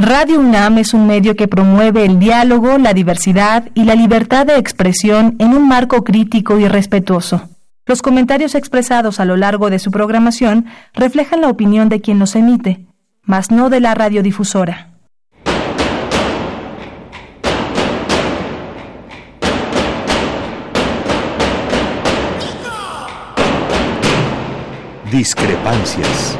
Radio UNAM es un medio que promueve el diálogo, la diversidad y la libertad de expresión en un marco crítico y respetuoso. Los comentarios expresados a lo largo de su programación reflejan la opinión de quien los emite, mas no de la radiodifusora. Discrepancias.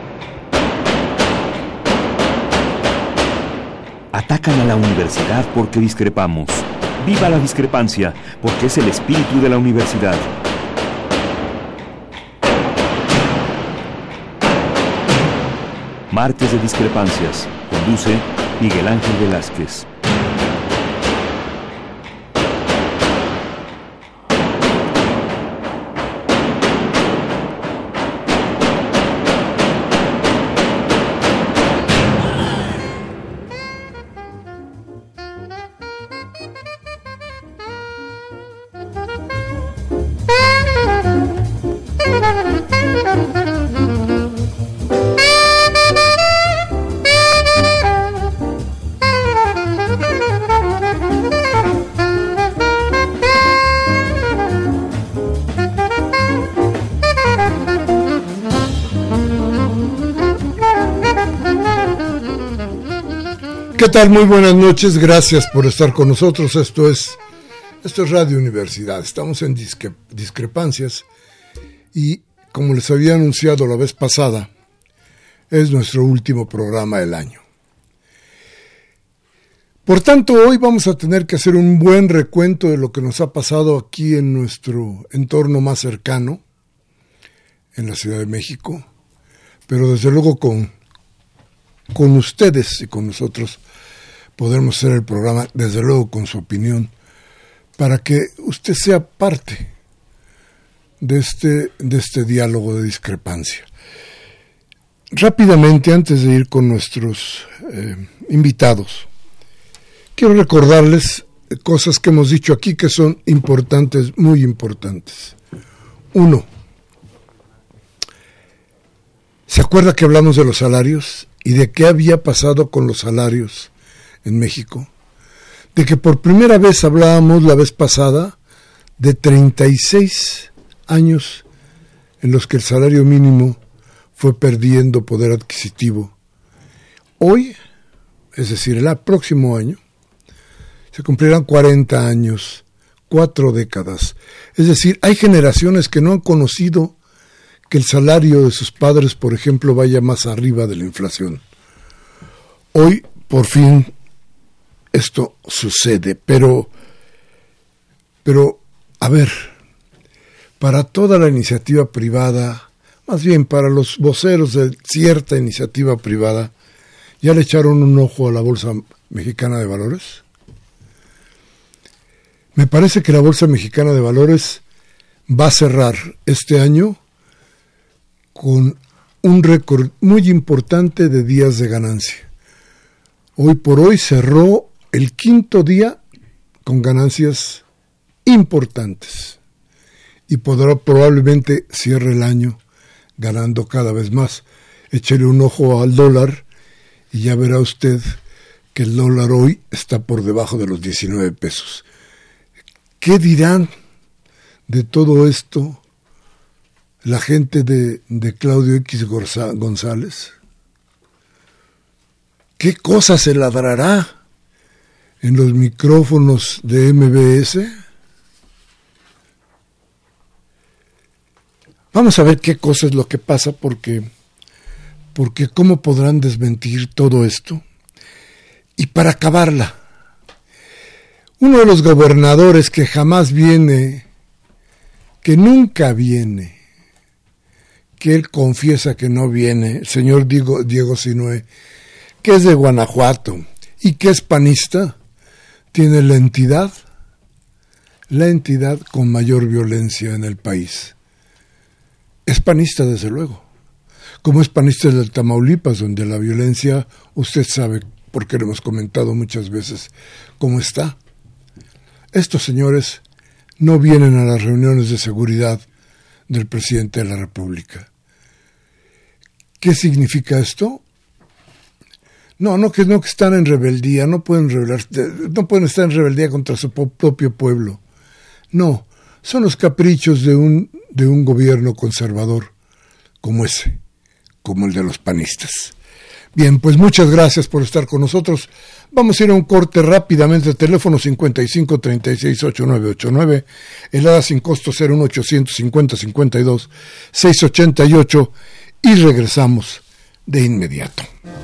Atacan a la universidad porque discrepamos. ¡Viva la discrepancia! Porque es el espíritu de la universidad. Martes de Discrepancias. Conduce Miguel Ángel Velázquez. ¿Qué tal? Muy buenas noches, gracias por estar con nosotros. Esto es Radio Universidad. Estamos en Discrepancias y, como les había anunciado la vez pasada, es nuestro último programa del año. Por tanto, hoy vamos a tener que hacer un buen recuento de lo que nos ha pasado aquí en nuestro entorno más cercano, en la Ciudad de México, pero desde luego con ustedes y con nosotros podremos hacer el programa, desde luego con su opinión, para que usted sea parte de este diálogo de discrepancia. Rápidamente, antes de ir con nuestros invitados, quiero recordarles cosas que hemos dicho aquí que son importantes, muy importantes. 1. ¿Se acuerda que hablamos de los salarios y de qué había pasado con los salarios en México? De que por primera vez hablábamos la vez pasada de 36 años en los que el salario mínimo fue perdiendo poder adquisitivo. Hoy, es decir, el próximo año, se cumplirán 40 años, 4 décadas. Es decir, hay generaciones que no han conocido que el salario de sus padres, por ejemplo, vaya más arriba de la inflación. Hoy, por fin, esto sucede, pero, a ver, para toda la iniciativa privada, más bien para los voceros de cierta iniciativa privada, ¿ya le echaron un ojo a la Bolsa Mexicana de Valores? Me parece que la Bolsa Mexicana de Valores va a cerrar este año con un récord muy importante de días de ganancia. Hoy por hoy cerró el 5º día con ganancias importantes y probablemente cierre el año ganando cada vez más. Échele un ojo al dólar y ya verá usted que el dólar hoy está por debajo de los 19 pesos. ¿Qué dirán de todo esto la gente de Claudio X González? ¿Qué cosa se ladrará en los micrófonos de MBS? Vamos a ver qué cosa es lo que pasa, porque cómo podrán desmentir todo esto. Y para acabarla, uno de los gobernadores que jamás viene, que nunca viene, que él confiesa que no viene, el señor Diego Sinue, que es de Guanajuato y que es panista, tiene la entidad con mayor violencia en el país. Es panista, desde luego, como es panista del Tamaulipas, donde la violencia, usted sabe, porque lo hemos comentado muchas veces, cómo está. Estos señores no vienen a las reuniones de seguridad del presidente de la República. ¿Qué significa esto? No que están en rebeldía, no pueden estar en rebeldía contra su propio pueblo. No, son los caprichos de un gobierno conservador como ese, como el de los panistas. Bien, pues muchas gracias por estar con nosotros. Vamos a ir a un corte rápidamente. Teléfono 55 36 8989, helada sin costo 01800 50 52 688 y regresamos de inmediato.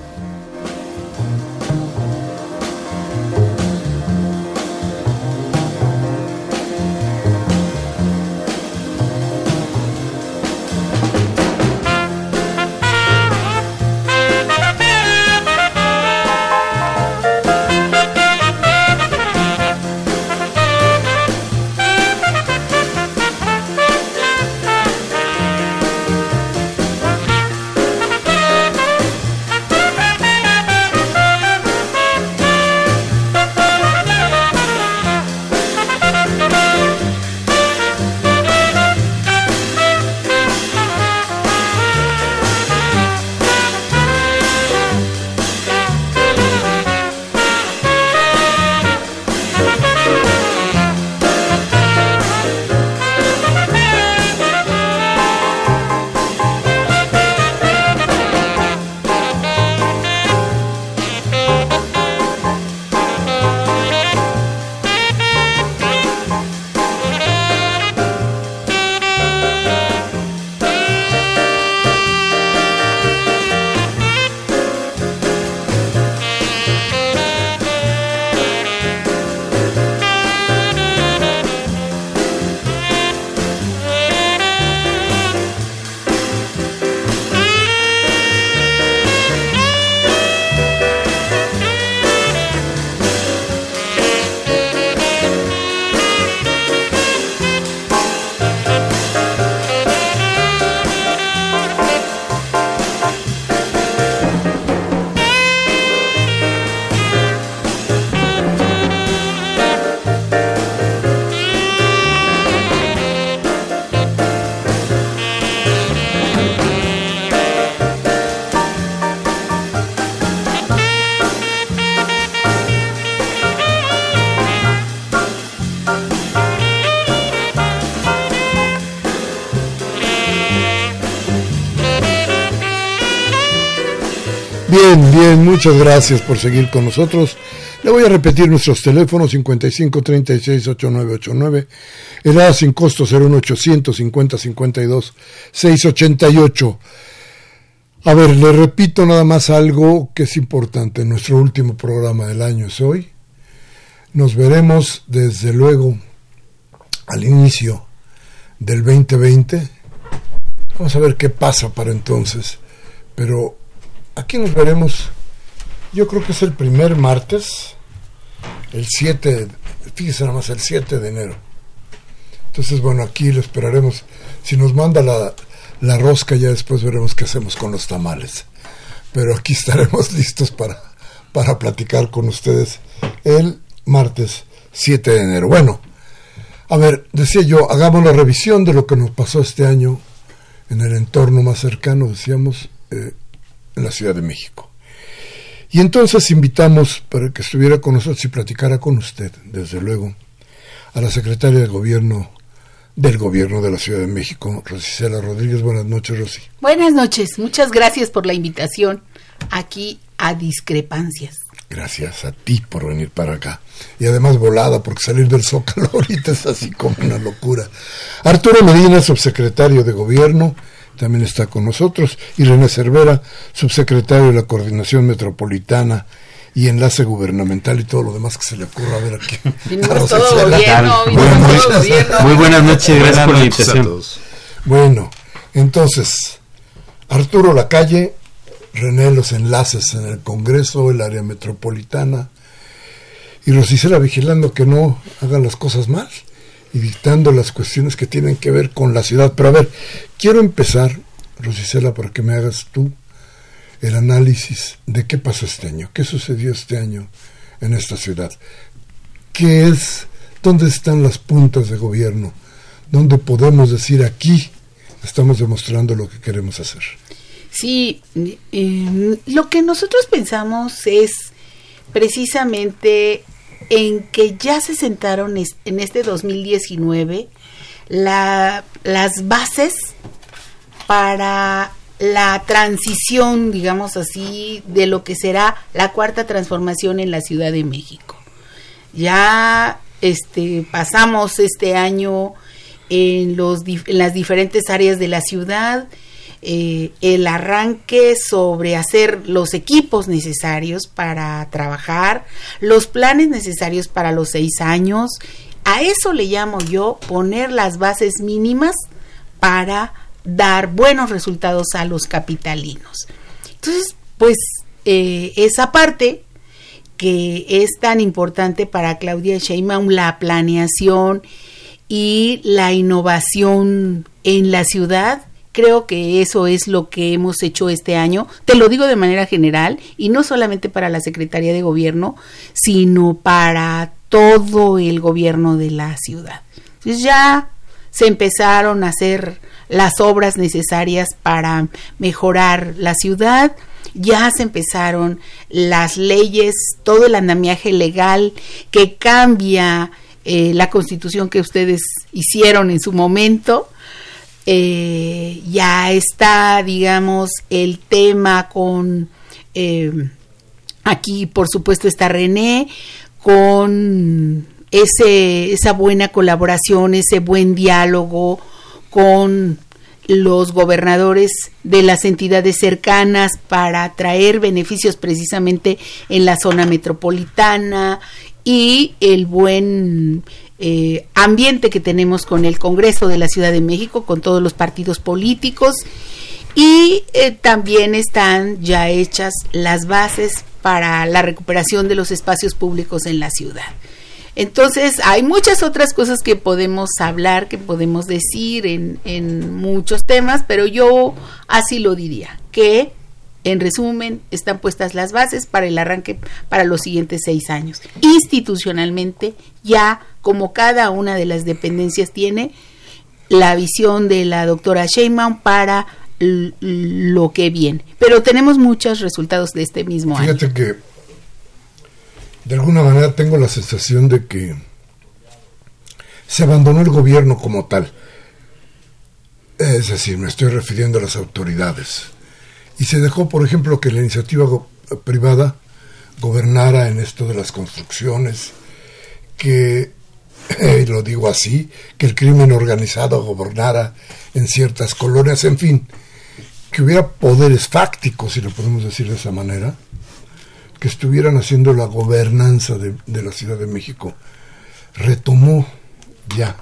Bien, muchas gracias por seguir con nosotros. Le voy a repetir nuestros teléfonos: 55 36 8989, helada sin costo 01800 50 52 688. A ver, le repito nada más algo que es importante. Nuestro último programa del año es hoy. Nos veremos desde luego al inicio del 2020. Vamos a ver qué pasa para entonces, pero aquí nos veremos. Yo creo que es el primer martes, el 7, fíjese nada más, el 7 de enero. Entonces, bueno, aquí lo esperaremos. Si nos manda la rosca, ya después veremos qué hacemos con los tamales. Pero aquí estaremos listos para platicar con ustedes el martes 7 de enero. Bueno, a ver, decía yo, hagamos la revisión de lo que nos pasó este año en el entorno más cercano, decíamos, en la Ciudad de México. Y entonces invitamos, para que estuviera con nosotros y platicara con usted, desde luego, a la secretaria de Gobierno del Gobierno de la Ciudad de México, Rosicela Rodríguez. Buenas noches, Rosy. Buenas noches, muchas gracias por la invitación aquí a Discrepancias. Gracias a ti por venir para acá. Y además volada, porque salir del Zócalo ahorita es así como una locura. Arturo Medina, subsecretario de Gobierno, también está con nosotros, y René Cervera, subsecretario de la Coordinación Metropolitana y Enlace Gubernamental y todo lo demás que se le ocurra. A ver aquí. Muy buenas noches, gracias por la invitación. Bueno, entonces, Arturo Lacalle, René los enlaces en el Congreso, el área metropolitana, y Rosicela vigilando que no hagan las cosas mal y dictando las cuestiones que tienen que ver con la ciudad. Pero a ver, quiero empezar, Rosicela, para que me hagas tú el análisis de qué pasó este año, qué sucedió este año en esta ciudad, qué es, dónde están las puntas de gobierno, dónde podemos decir aquí estamos demostrando lo que queremos hacer. Sí, lo que nosotros pensamos es precisamente en que ya se sentaron en este 2019 las bases para la transición, digamos así, de lo que será la cuarta transformación en la Ciudad de México. Ya pasamos este año en las diferentes áreas de la ciudad, el arranque sobre hacer los equipos necesarios para trabajar, los planes necesarios para los 6 años. A eso le llamo yo poner las bases mínimas para dar buenos resultados a los capitalinos. Entonces, pues esa parte que es tan importante para Claudia Sheinbaum, la planeación y la innovación en la ciudad, creo que eso es lo que hemos hecho este año. Te lo digo de manera general, y no solamente para la Secretaría de Gobierno, sino para todo el gobierno de la ciudad. Entonces ya se empezaron a hacer las obras necesarias para mejorar la ciudad, ya se empezaron las leyes, todo el andamiaje legal que cambia la Constitución que ustedes hicieron en su momento. Ya está, digamos, el tema con aquí por supuesto está René, con esa buena colaboración, ese buen diálogo con los gobernadores de las entidades cercanas para traer beneficios precisamente en la zona metropolitana, y el buen ambiente que tenemos con el Congreso de la Ciudad de México, con todos los partidos políticos, y también están ya hechas las bases para la recuperación de los espacios públicos en la ciudad. Entonces hay muchas otras cosas que podemos hablar, que podemos decir en muchos temas, pero yo así lo diría, que en resumen están puestas las bases para el arranque para los siguientes 6 años. Institucionalmente, ya como cada una de las dependencias tiene la visión de la doctora Sheinbaum para lo que viene. Pero tenemos muchos resultados de este mismo año. Fíjate que de alguna manera tengo la sensación de que se abandonó el gobierno como tal. Es decir, me estoy refiriendo a las autoridades. Y se dejó, por ejemplo, que la iniciativa privada gobernara en esto de las construcciones, que, lo digo así, que el crimen organizado gobernara en ciertas colonias, en fin, que hubiera poderes fácticos, si lo podemos decir de esa manera, que estuvieran haciendo la gobernanza de la Ciudad de México. Retomó ya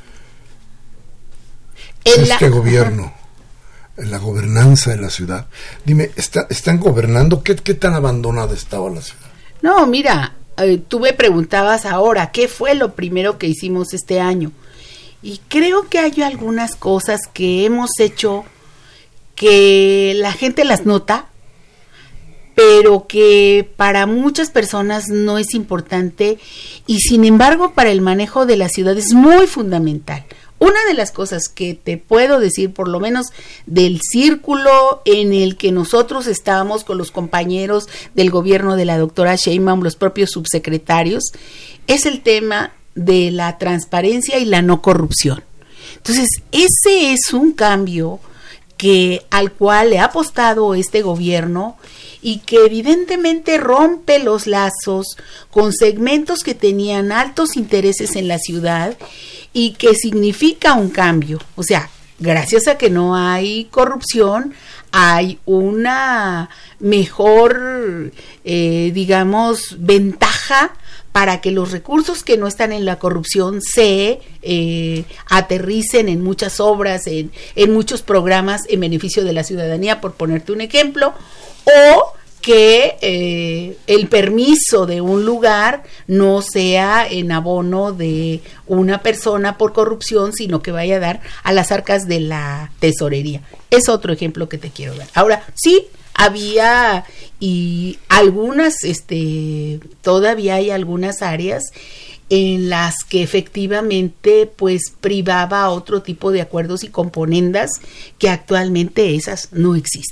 gobierno, en la gobernanza de la ciudad. Dime, ¿están gobernando? ¿Qué tan abandonada estaba la ciudad? No, mira, tú me preguntabas ahora, ¿qué fue lo primero que hicimos este año? Y creo que hay algunas cosas que hemos hecho que la gente las nota, pero que para muchas personas no es importante, y sin embargo para el manejo de la ciudad es muy fundamental. Una de las cosas que te puedo decir, por lo menos del círculo en el que nosotros estábamos con los compañeros del gobierno de la doctora Sheinbaum, los propios subsecretarios, es el tema de la transparencia y la no corrupción. Entonces, ese es un cambio al cual le ha apostado este gobierno, y que evidentemente rompe los lazos con segmentos que tenían altos intereses en la ciudad, y que significa un cambio. O sea, gracias a que no hay corrupción, hay una mejor, digamos, ventaja para que los recursos que no están en la corrupción se aterricen en muchas obras, en muchos programas en beneficio de la ciudadanía, por ponerte un ejemplo, o que el permiso de un lugar no sea en abono de una persona por corrupción, sino que vaya a dar a las arcas de la tesorería. Es otro ejemplo que te quiero dar. Ahora, sí, había y algunas, todavía hay algunas áreas en las que efectivamente pues privaba otro tipo de acuerdos y componendas que actualmente esas no existen.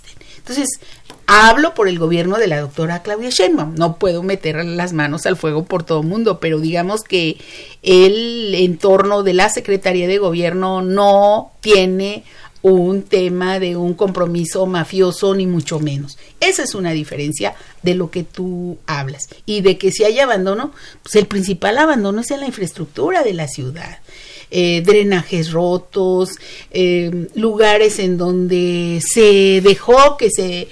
Entonces, hablo por el gobierno de la doctora Claudia Sheinbaum. No puedo meter las manos al fuego por todo el mundo, pero digamos que el entorno de la Secretaría de Gobierno no tiene un tema de un compromiso mafioso, ni mucho menos. Esa es una diferencia de lo que tú hablas. Y de que si hay abandono, pues el principal abandono es en la infraestructura de la ciudad. Drenajes rotos, lugares en donde se dejó que se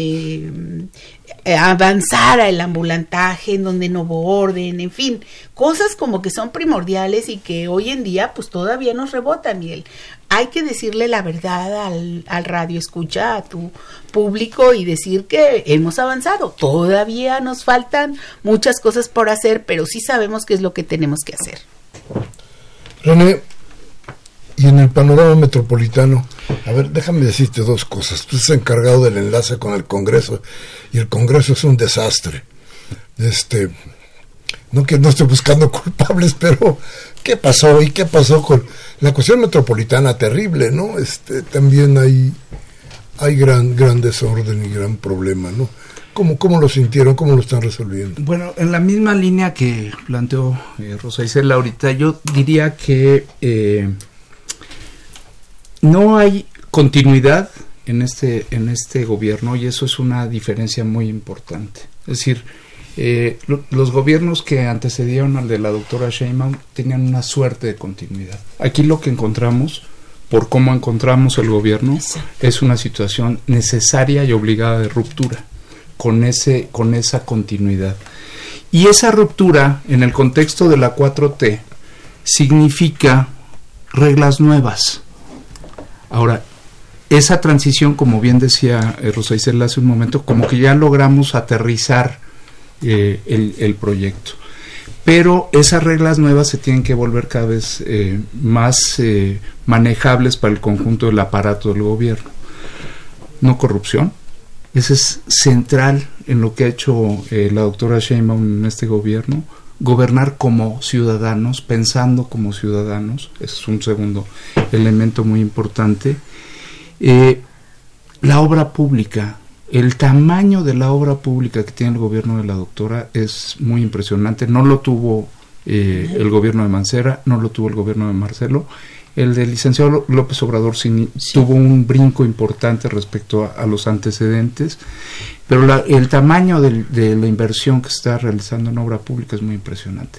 avanzara el ambulantaje, en donde no hubo orden, en fin, cosas como que son primordiales y que hoy en día pues todavía nos rebotan, Miguel. Hay que decirle la verdad al radio escucha, a tu público, y decir que hemos avanzado. Todavía nos faltan muchas cosas por hacer, pero sí sabemos qué es lo que tenemos que hacer. René, y en el panorama metropolitano, a ver, déjame decirte dos cosas. Tú estás encargado del enlace con el Congreso, y el Congreso es un desastre. No que no estoy buscando culpables, pero ¿qué pasó? ¿Y qué pasó con la cuestión metropolitana? Terrible, ¿no? También hay gran desorden y gran problema, ¿no? ¿Cómo lo sintieron? ¿Cómo lo están resolviendo? Bueno, en la misma línea que planteó Rosa Isela ahorita, yo diría que no hay continuidad en este gobierno, y eso es una diferencia muy importante. Es decir, los gobiernos que antecedieron al de la doctora Sheinbaum tenían una suerte de continuidad. Aquí lo que encontramos, por cómo encontramos el gobierno, es una situación necesaria y obligada de ruptura con esa continuidad. Y esa ruptura, en el contexto de la 4T, significa reglas nuevas. Ahora, esa transición, como bien decía Rosa Isela hace un momento, como que ya logramos aterrizar el proyecto. Pero esas reglas nuevas se tienen que volver cada vez más manejables para el conjunto del aparato del gobierno. No corrupción. Eso es central en lo que ha hecho la doctora Sheinbaum en este gobierno. Gobernar como ciudadanos, pensando como ciudadanos, ese es un segundo elemento muy importante. La obra pública, el tamaño de la obra pública que tiene el gobierno de la doctora es muy impresionante. No lo tuvo el gobierno de Mancera, no lo tuvo el gobierno de Marcelo. El del licenciado López Obrador tuvo un brinco importante respecto a los antecedentes, pero el tamaño de la inversión que se está realizando en obra pública es muy impresionante.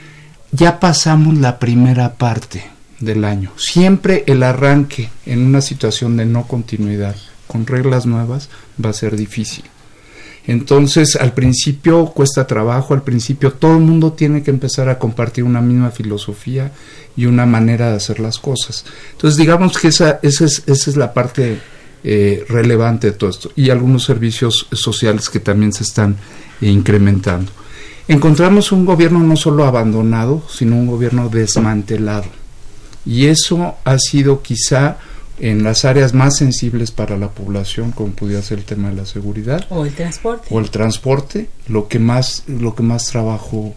Ya pasamos la primera parte del año. Siempre el arranque en una situación de no continuidad, con reglas nuevas, va a ser difícil. Entonces, al principio cuesta trabajo, al principio todo el mundo tiene que empezar a compartir una misma filosofía y una manera de hacer las cosas. Entonces, digamos que esa es la parte relevante de todo esto, y algunos servicios sociales que también se están incrementando. Encontramos un gobierno no solo abandonado, sino un gobierno desmantelado, y eso ha sido quizá en las áreas más sensibles para la población, como pudiera ser el tema de la seguridad o el transporte, lo que más trabajo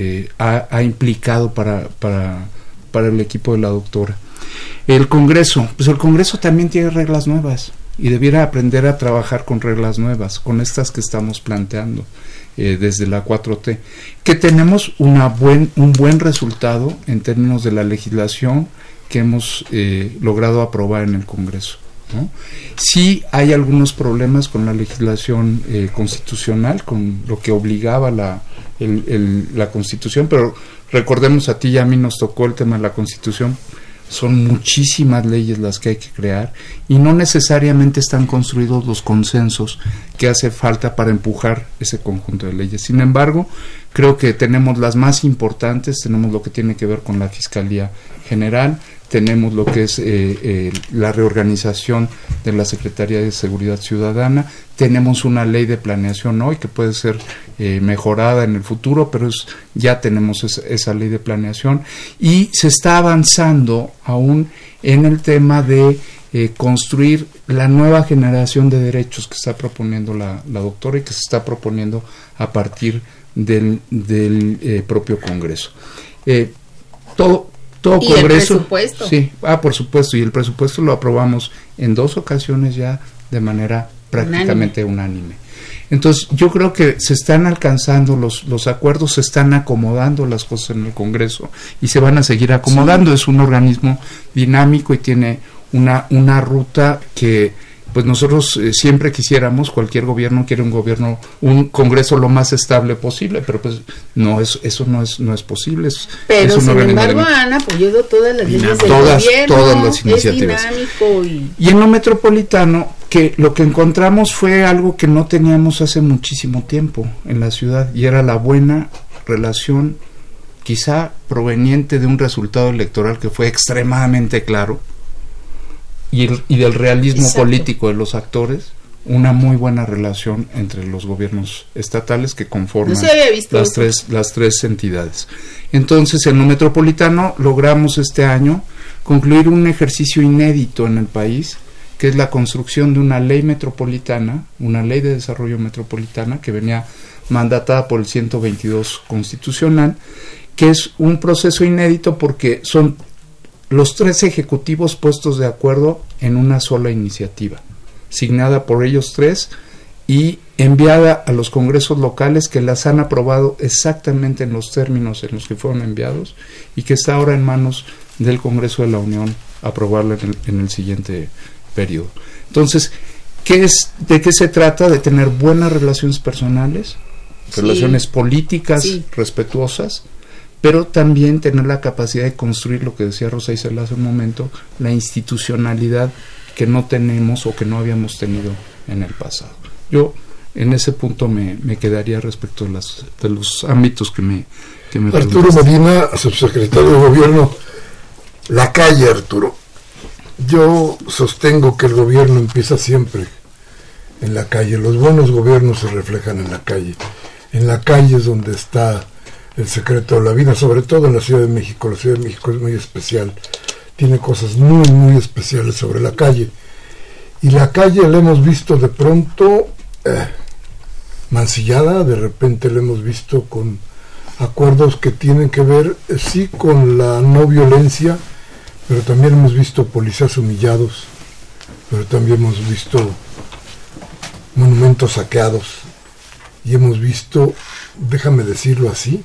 ha implicado para el equipo de la doctora. El Congreso, pues el Congreso también tiene reglas nuevas y debiera aprender a trabajar con reglas nuevas, con estas que estamos planteando desde la 4T, que tenemos un buen resultado en términos de la legislación que hemos logrado aprobar en el Congreso, ¿no? Sí hay algunos problemas con la legislación constitucional, con lo que obligaba la Constitución, pero recordemos, a ti y a mí nos tocó el tema de la Constitución. Son muchísimas leyes las que hay que crear y no necesariamente están construidos los consensos que hace falta para empujar ese conjunto de leyes. Sin embargo, creo que tenemos las más importantes. Tenemos lo que tiene que ver con la Fiscalía General, tenemos lo que es la reorganización de la Secretaría de Seguridad Ciudadana, tenemos una ley de planeación hoy que puede ser mejorada en el futuro, pero ya tenemos esa ley de planeación, y se está avanzando aún en el tema de construir la nueva generación de derechos que está proponiendo la doctora y que se está proponiendo a partir del propio Congreso. Todo ¿Y Congreso, el presupuesto? Sí, por supuesto, y el presupuesto lo aprobamos en 2 ocasiones ya de manera prácticamente unánime. Entonces yo creo que se están alcanzando los acuerdos, se están acomodando las cosas en el Congreso y se van a seguir acomodando. Sí. Es un organismo dinámico y tiene una ruta que pues nosotros siempre quisiéramos, cualquier gobierno quiere un Congreso lo más estable posible, pero pues eso no es posible. Pero es sin embargo han apoyado todas las leyes del gobierno, todas las iniciativas. Es dinámico y en lo metropolitano, que lo que encontramos fue algo que no teníamos hace muchísimo tiempo en la ciudad, y era la buena relación, quizá proveniente de un resultado electoral que fue extremadamente claro, y del realismo Exacto. político de los actores, una muy buena relación entre los gobiernos estatales que conforman las tres entidades. Entonces, en lo metropolitano logramos este año concluir un ejercicio inédito en el país, que es la construcción de una ley metropolitana, una ley de desarrollo metropolitana que venía mandatada por el 122 constitucional, que es un proceso inédito porque son los 3 ejecutivos puestos de acuerdo en una sola iniciativa, signada por ellos 3 y enviada a los congresos locales, que las han aprobado exactamente en los términos en los que fueron enviados, y que está ahora en manos del Congreso de la Unión aprobarla en el siguiente periodo. Entonces, ¿de qué se trata? De tener buenas relaciones personales, sí. relaciones políticas sí. respetuosas, pero también tener la capacidad de construir, lo que decía Rosa Isela hace un momento, la institucionalidad que no tenemos o que no habíamos tenido en el pasado. Yo en ese punto me quedaría respecto de los ámbitos que me Arturo Medina, subsecretario de Gobierno. La calle, Arturo. Yo sostengo que el gobierno empieza siempre en la calle. Los buenos gobiernos se reflejan en la calle. En la calle es donde está el secreto de la vida, sobre todo en la Ciudad de México. La Ciudad de México es muy especial, tiene cosas muy, muy especiales sobre la calle. Y la calle la hemos visto de pronto mancillada, de repente la hemos visto con acuerdos que tienen que ver, sí, con la no violencia, pero también hemos visto policías humillados, pero también hemos visto monumentos saqueados, y hemos visto, déjame decirlo así,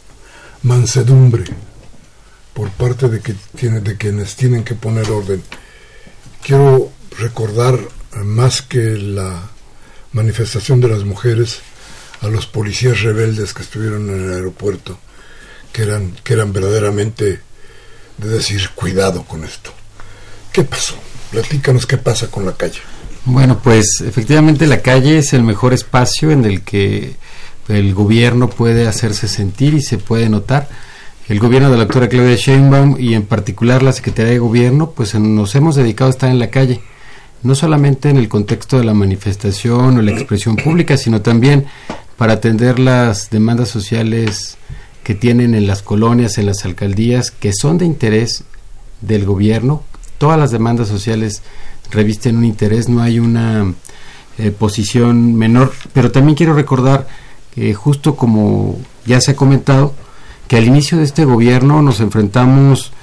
mansedumbre por parte de quienes tienen que poner orden. Quiero recordar, más que la manifestación de las mujeres, a los policías rebeldes que estuvieron en el aeropuerto, que eran verdaderamente de decir, cuidado con esto. ¿Qué pasó? Platícanos qué pasa con la calle. Bueno, pues efectivamente la calle es el mejor espacio en el que el gobierno puede hacerse sentir y se puede notar. El gobierno de la doctora Claudia Sheinbaum, y en particular la Secretaría de Gobierno, pues nos hemos dedicado a estar en la calle, no solamente en el contexto de la manifestación o la expresión pública, sino también para atender las demandas sociales que tienen en las colonias, en las alcaldías, que son de interés del gobierno. Todas las demandas sociales revisten un interés, no hay una posición menor, pero también quiero recordar que, justo como ya se ha comentado, que al inicio de este gobierno nos enfrentamos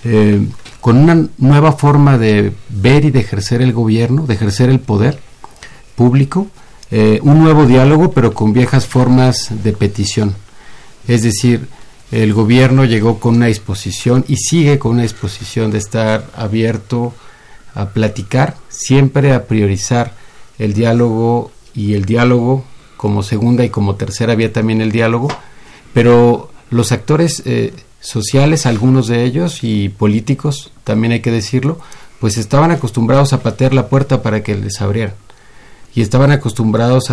con una nueva forma de ver y de ejercer el gobierno, de ejercer el poder público, un nuevo diálogo, pero con viejas formas de petición. Es decir, el gobierno llegó con una disposición y sigue con una disposición de estar abierto a platicar, siempre a priorizar el diálogo, y el diálogo como segunda y como tercera vía también el diálogo, pero los actores sociales, algunos de ellos, y políticos, también hay que decirlo, pues estaban acostumbrados a patear la puerta para que les abrieran, y estaban acostumbrados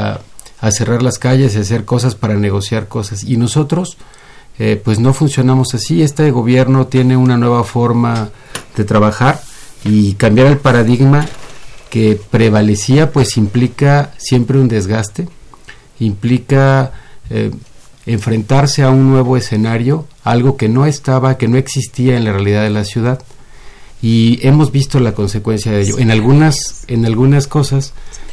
a cerrar las calles y hacer cosas para negociar cosas, y nosotros pues no funcionamos así. Este gobierno tiene una nueva forma de trabajar, y cambiar el paradigma que prevalecía pues implica siempre un desgaste, implica enfrentarse a un nuevo escenario, algo que no existía en la realidad de la ciudad, y hemos visto la consecuencia de ello. En algunas cosas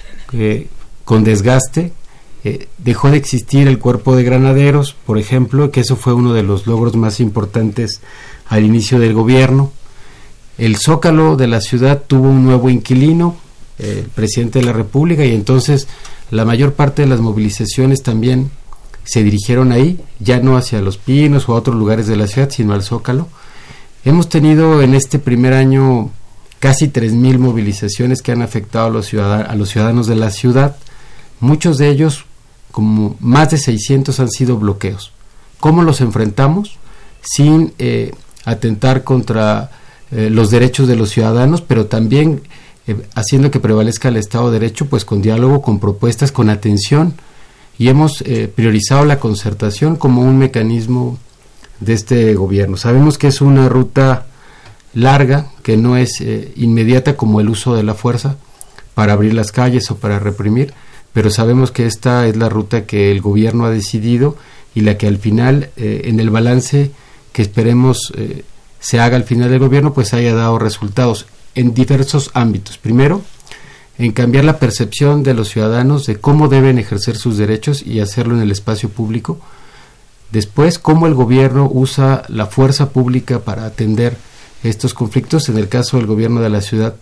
con desgaste, dejó de existir el cuerpo de granaderos, por ejemplo, que eso fue uno de los logros más importantes al inicio del gobierno. El Zócalo de la ciudad tuvo un nuevo inquilino, el presidente de la República, y entonces la mayor parte de las movilizaciones también se dirigieron ahí, ya no hacia Los Pinos o a otros lugares de la ciudad, sino al Zócalo. Hemos tenido en este primer año casi 3,000 movilizaciones que han afectado a los ciudadanos de la ciudad. Muchos de ellos, como más de 600, han sido bloqueos. ¿Cómo los enfrentamos? Sin atentar contra los derechos de los ciudadanos, pero también haciendo que prevalezca el Estado de Derecho, pues con diálogo, con propuestas, con atención, y hemos priorizado la concertación como un mecanismo de este gobierno. Sabemos que es una ruta larga, que no es inmediata como el uso de la fuerza para abrir las calles o para reprimir, pero sabemos que esta es la ruta que el gobierno ha decidido y la que al final, en el balance que esperemos se haga al final del gobierno, pues haya dado resultados en diversos ámbitos. Primero, en cambiar la percepción de los ciudadanos de cómo deben ejercer sus derechos y hacerlo en el espacio público. Después, cómo el gobierno usa la fuerza pública para atender estos conflictos. En el caso del gobierno de la ciudad,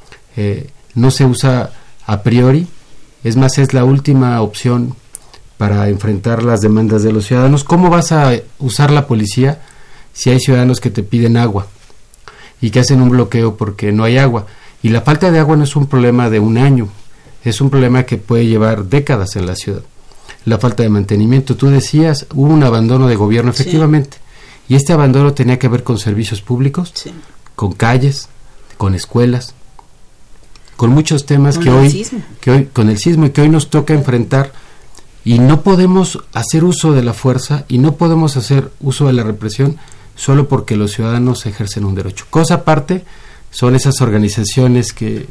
no se usa a priori, es más, es la última opción para enfrentar las demandas de los ciudadanos. ¿Cómo vas a usar la policía si hay ciudadanos que te piden agua y que hacen un bloqueo porque no hay agua? Y la falta de agua no es un problema de un año, es un problema que puede llevar décadas en la ciudad. La falta de mantenimiento, tú decías, hubo un abandono de gobierno, efectivamente, y este abandono tenía que ver con servicios públicos, con calles, con escuelas, con muchos temas que hoy, con el sismo, y que hoy nos toca enfrentar, y no podemos hacer uso de la fuerza y no podemos hacer uso de la represión solo porque los ciudadanos ejercen un derecho. Cosa aparte son esas organizaciones que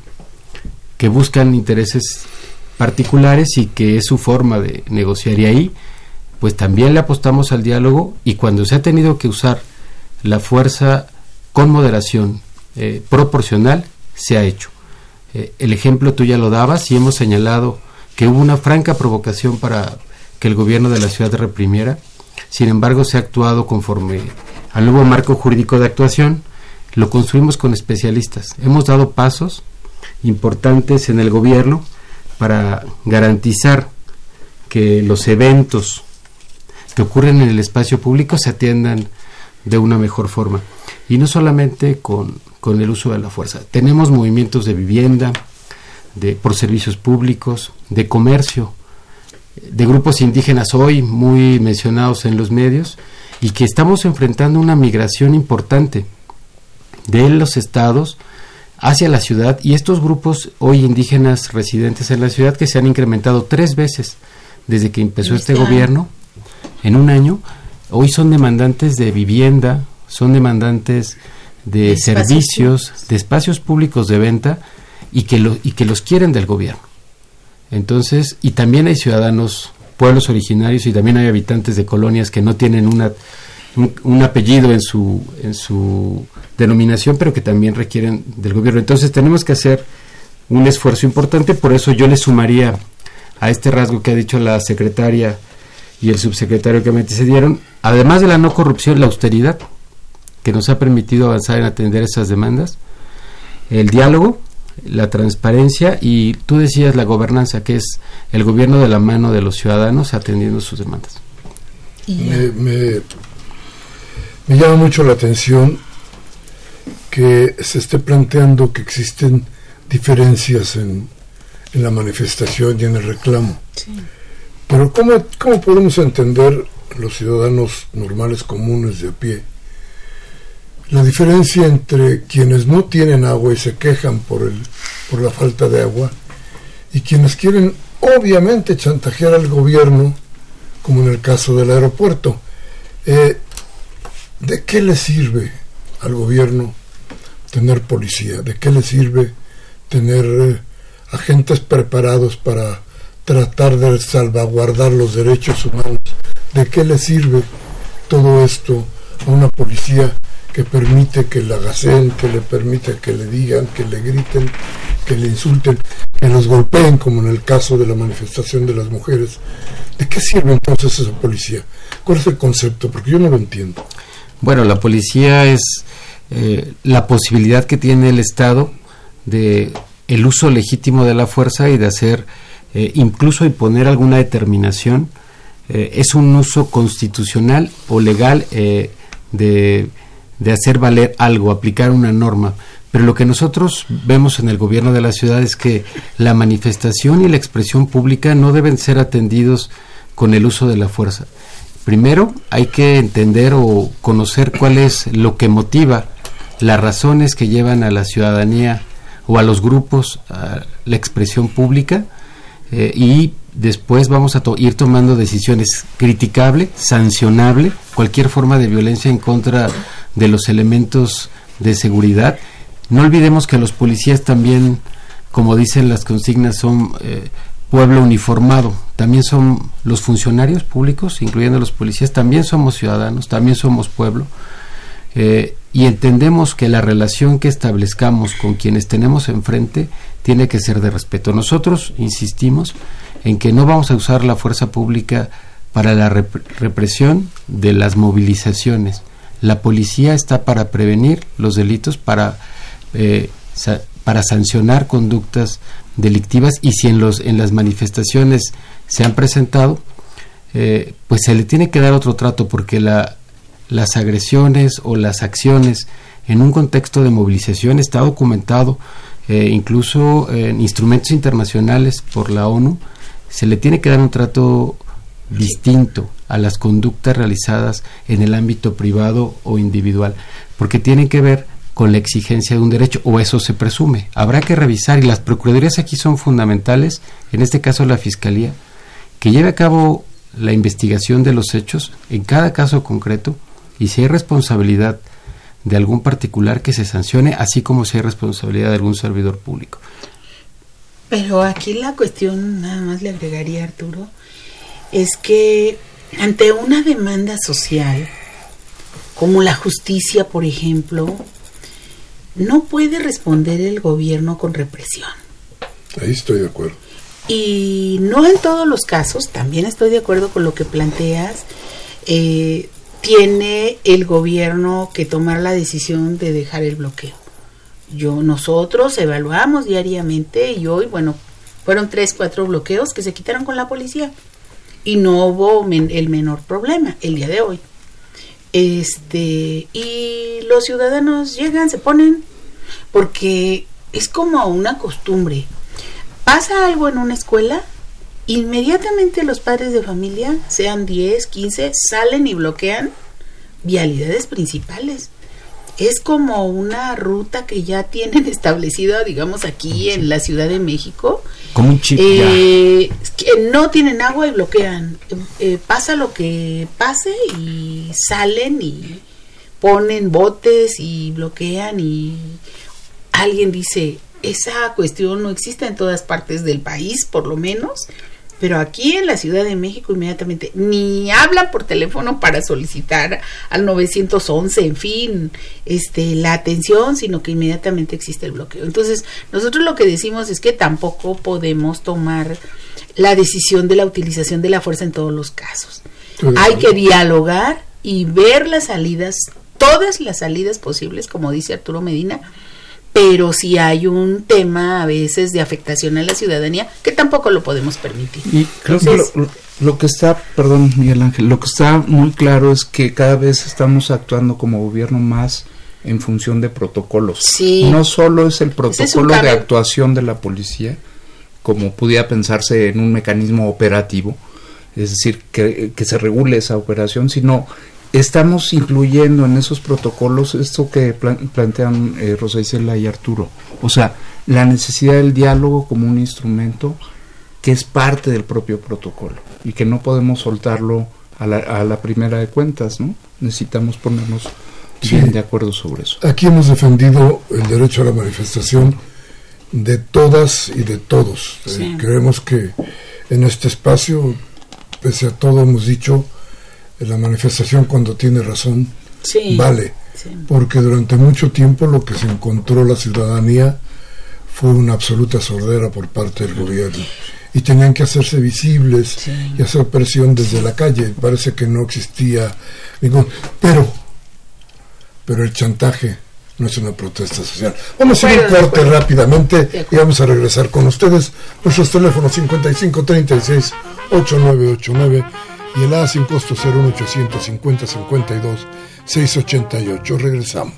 buscan intereses particulares y que es su forma de negociar, y ahí pues también le apostamos al diálogo, y cuando se ha tenido que usar la fuerza con moderación proporcional, se ha hecho. El ejemplo tú ya lo dabas, y hemos señalado que hubo una franca provocación para que el gobierno de la ciudad reprimiera. Sin embargo, se ha actuado conforme al nuevo marco jurídico de actuación. Lo construimos con especialistas. Hemos dado pasos importantes en el gobierno para garantizar que los eventos que ocurren en el espacio público se atiendan de una mejor forma, y no solamente con el uso de la fuerza. Tenemos movimientos de vivienda, por servicios públicos, de comercio, de grupos indígenas hoy muy mencionados en los medios, y que estamos enfrentando una migración importante de los estados hacia la ciudad, y estos grupos hoy indígenas residentes en la ciudad, que se han incrementado 3 veces desde que empezó este gobierno en un año, hoy son demandantes de vivienda, son demandantes de servicios, de espacios públicos de venta, y que los quieren del gobierno. Entonces, y también hay ciudadanos, pueblos originarios, y también hay habitantes de colonias que no tienen un apellido en su denominación, pero que también requieren del gobierno. Entonces tenemos que hacer un esfuerzo importante. Por eso yo le sumaría a este rasgo que ha dicho la secretaria y el subsecretario que me antecedieron, además de la no corrupción, la austeridad, que nos ha permitido avanzar en atender esas demandas, el diálogo, la transparencia, y tú decías la gobernanza, que es el gobierno de la mano de los ciudadanos atendiendo sus demandas. Me llama mucho la atención que se esté planteando que existen diferencias en la manifestación y en el reclamo. Sí. Pero ¿cómo podemos entender los ciudadanos normales, comunes, de a pie, la diferencia entre quienes no tienen agua y se quejan por la falta de agua, y quienes quieren obviamente chantajear al gobierno, como en el caso del aeropuerto? ¿De qué le sirve al gobierno tener policía? ¿De qué le sirve tener agentes preparados para tratar de salvaguardar los derechos humanos? ¿De qué le sirve todo esto a una policía que permite que la gacen, que le permite que le digan, que le griten, que le insulten, que los golpeen, como en el caso de la manifestación de las mujeres? ¿De qué sirve entonces esa policía? ¿Cuál es el concepto? Porque yo no lo entiendo. Bueno, la policía es la posibilidad que tiene el Estado de el uso legítimo de la fuerza y de hacer, incluso imponer alguna determinación, es un uso constitucional o legal de hacer valer algo, aplicar una norma. Pero lo que nosotros vemos en el gobierno de la ciudad es que la manifestación y la expresión pública no deben ser atendidos con el uso de la fuerza. Primero hay que entender o conocer cuál es lo que motiva, las razones que llevan a la ciudadanía o a los grupos a la expresión pública, y después vamos a ir tomando decisiones. Criticable, sancionable, cualquier forma de violencia en contra de los elementos de seguridad. No olvidemos que los policías también, como dicen las consignas, son pueblo uniformado. También son los funcionarios públicos, incluyendo los policías, también somos ciudadanos, también somos pueblo. Y entendemos que la relación que establezcamos con quienes tenemos enfrente tiene que ser de respeto. Nosotros insistimos en que no vamos a usar la fuerza pública para la represión de las movilizaciones. La policía está para prevenir los delitos, para sancionar conductas delictivas, y si en las manifestaciones se han presentado, pues se le tiene que dar otro trato, porque las agresiones o las acciones en un contexto de movilización está documentado, incluso en instrumentos internacionales por la ONU. Se le tiene que dar un trato distinto a las conductas realizadas en el ámbito privado o individual, porque tienen que ver con la exigencia de un derecho, o eso se presume. Habrá que revisar, y las procuradurías aquí son fundamentales, en este caso la Fiscalía, que lleve a cabo la investigación de los hechos en cada caso concreto, y si hay responsabilidad de algún particular, que se sancione, así como si hay responsabilidad de algún servidor público. Pero aquí la cuestión, nada más le agregaría, Arturo, es que ante una demanda social, como la justicia, por ejemplo, no puede responder el gobierno con represión. Ahí estoy de acuerdo. Y no en todos los casos, también estoy de acuerdo con lo que planteas, tiene el gobierno que tomar la decisión de dejar el bloqueo. Nosotros evaluamos diariamente, y hoy, fueron 3-4 bloqueos que se quitaron con la policía, y no hubo el menor problema el día de hoy. Y los ciudadanos llegan, se ponen, porque es como una costumbre. Pasa algo en una escuela, inmediatamente los padres de familia, sean 10, 15, salen y bloquean vialidades principales. Es como una ruta que ya tienen establecida, digamos, aquí en la Ciudad de México. Como un chip que no tienen agua y bloquean. Pasa lo que pase y salen y ponen botes y bloquean, y alguien dice, esa cuestión no existe en todas partes del país, por lo menos, pero aquí en la Ciudad de México inmediatamente ni hablan por teléfono para solicitar al 911, en fin, la atención, sino que inmediatamente existe el bloqueo. Entonces, nosotros lo que decimos es que tampoco podemos tomar la decisión de la utilización de la fuerza en todos los casos. Hay que dialogar y ver las salidas, todas las salidas posibles, como dice Arturo Medina, pero si hay un tema a veces de afectación a la ciudadanía que tampoco lo podemos permitir. Y creo que lo que está, perdón Miguel Ángel, lo que está muy claro es que cada vez estamos actuando como gobierno más en función de protocolos. Sí. No solo es el protocolo de actuación de la policía, como pudiera pensarse en un mecanismo operativo, es decir, que se regule esa operación, sino estamos incluyendo en esos protocolos esto que plantean Rosa Isela y Arturo, o sea, la necesidad del diálogo como un instrumento que es parte del propio protocolo y que no podemos soltarlo a la primera de cuentas, ¿no? Necesitamos ponernos bien de acuerdo sobre eso. Aquí hemos defendido el derecho a la manifestación de todas y de todos. Sí. Creemos que en este espacio, pese a todo, hemos dicho, la manifestación cuando tiene razón, vale, porque durante mucho tiempo lo que se encontró la ciudadanía fue una absoluta sordera por parte del gobierno, y tenían que hacerse visibles y hacer presión desde la calle. Parece que no existía ningún, pero el chantaje no es una protesta social. Vamos a ir a un corte rápidamente y vamos a regresar con ustedes. Nuestros teléfonos 5536-8989 y el A sin costo 01800 50 52 688. Regresamos.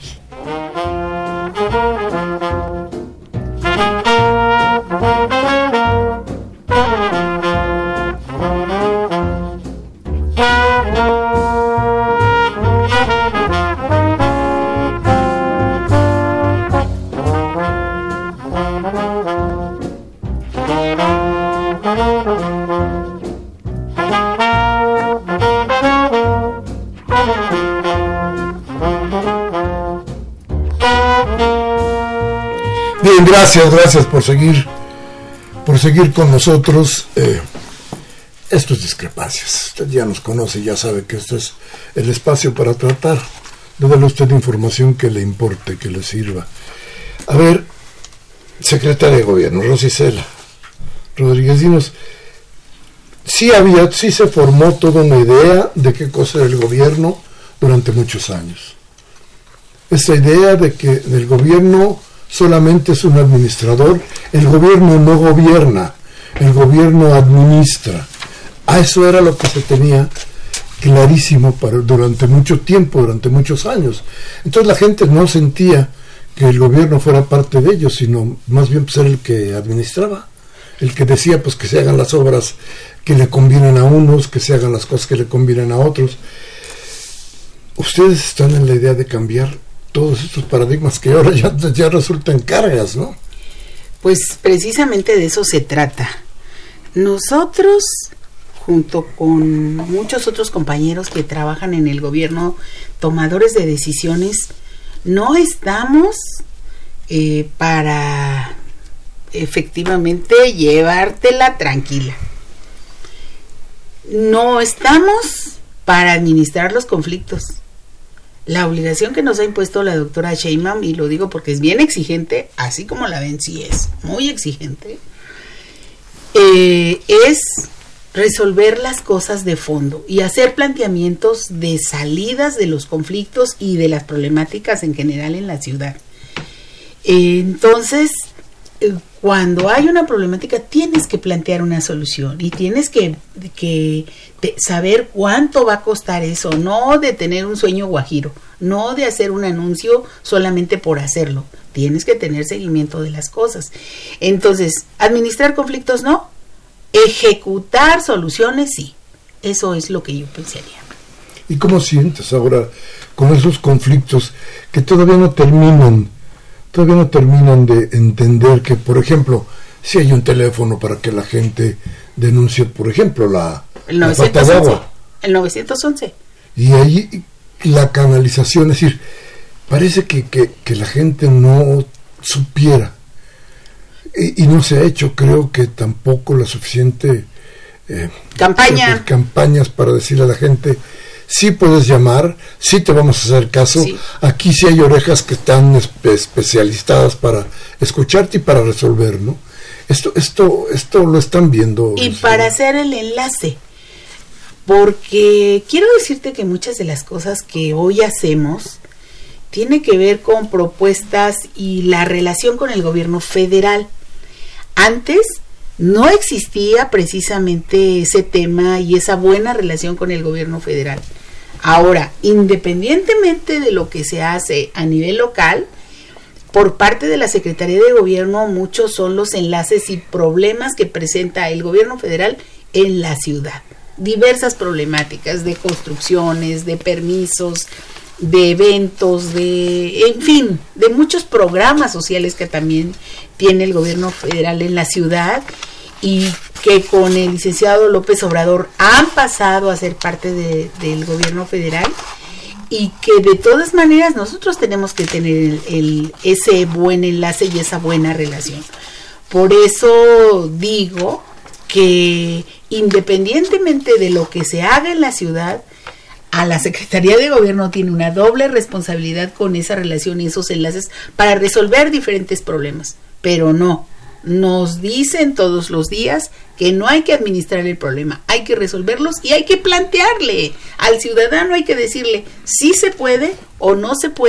Bien, gracias por seguir con nosotros. Esto es Discrepancias. Usted ya nos conoce, ya sabe que este es el espacio para tratar de darle a usted información que le importe, que le sirva. A ver, secretaria de Gobierno, Rosy Isela Rodríguez, dinos, sí se formó toda una idea de qué cosa era el gobierno durante muchos años. Esta idea de que el gobierno solamente es un administrador, el gobierno no gobierna, el gobierno administra. Eso era lo que se tenía clarísimo durante mucho tiempo, durante muchos años. Entonces la gente no sentía que el gobierno fuera parte de ellos, sino más bien pues, era el que administraba, el que decía pues que se hagan las obras que le convienen a unos, que se hagan las cosas que le convienen a otros. Ustedes están en la idea de cambiar todos estos paradigmas que ahora ya resultan cargas, ¿no? Pues precisamente de eso se trata. Nosotros, junto con muchos otros compañeros que trabajan en el gobierno, tomadores de decisiones, no estamos para efectivamente llevártela tranquila. No estamos para administrar los conflictos. La obligación que nos ha impuesto la doctora Sheinbaum, y lo digo porque es bien exigente, así como la ven, sí es muy exigente, es resolver las cosas de fondo y hacer planteamientos de salidas de los conflictos y de las problemáticas en general en la ciudad. Entonces, cuando hay una problemática tienes que plantear una solución y tienes que saber cuánto va a costar eso, no de tener un sueño guajiro, no de hacer un anuncio solamente por hacerlo, tienes que tener seguimiento de las cosas. Entonces, administrar conflictos no, ejecutar soluciones sí, eso es lo que yo pensaría. ¿Y cómo sientes ahora con esos conflictos que todavía no terminan de entender que, por ejemplo, si hay un teléfono para que la gente denuncie, por ejemplo, la falta de agua? El 911. Y ahí la canalización, es decir, parece que la gente no supiera. Y no se ha hecho, creo que tampoco la suficiente campañas para decirle a la gente: sí puedes llamar, sí te vamos a hacer caso, sí. Aquí sí hay orejas que están especializadas para escucharte y para resolver, ¿no? Esto lo están viendo. Y para hacer el enlace, porque quiero decirte que muchas de las cosas que hoy hacemos tiene que ver con propuestas y la relación con el gobierno federal. Antes no existía precisamente ese tema y esa buena relación con el gobierno federal. Ahora, independientemente de lo que se hace a nivel local, por parte de la Secretaría de Gobierno, muchos son los enlaces y problemas que presenta el gobierno federal en la ciudad. Diversas problemáticas de construcciones, de permisos, de eventos, en fin, de muchos programas sociales que también tiene el gobierno federal en la ciudad y que con el licenciado López Obrador han pasado a ser parte del gobierno federal y que de todas maneras nosotros tenemos que tener ese buen enlace y esa buena relación. Por eso digo que independientemente de lo que se haga en la ciudad, a la Secretaría de Gobierno tiene una doble responsabilidad con esa relación y esos enlaces para resolver diferentes problemas, pero no, nos dicen todos los días que no hay que administrar el problema, hay que resolverlos y hay que plantearle al ciudadano, hay que decirle si se puede o no se puede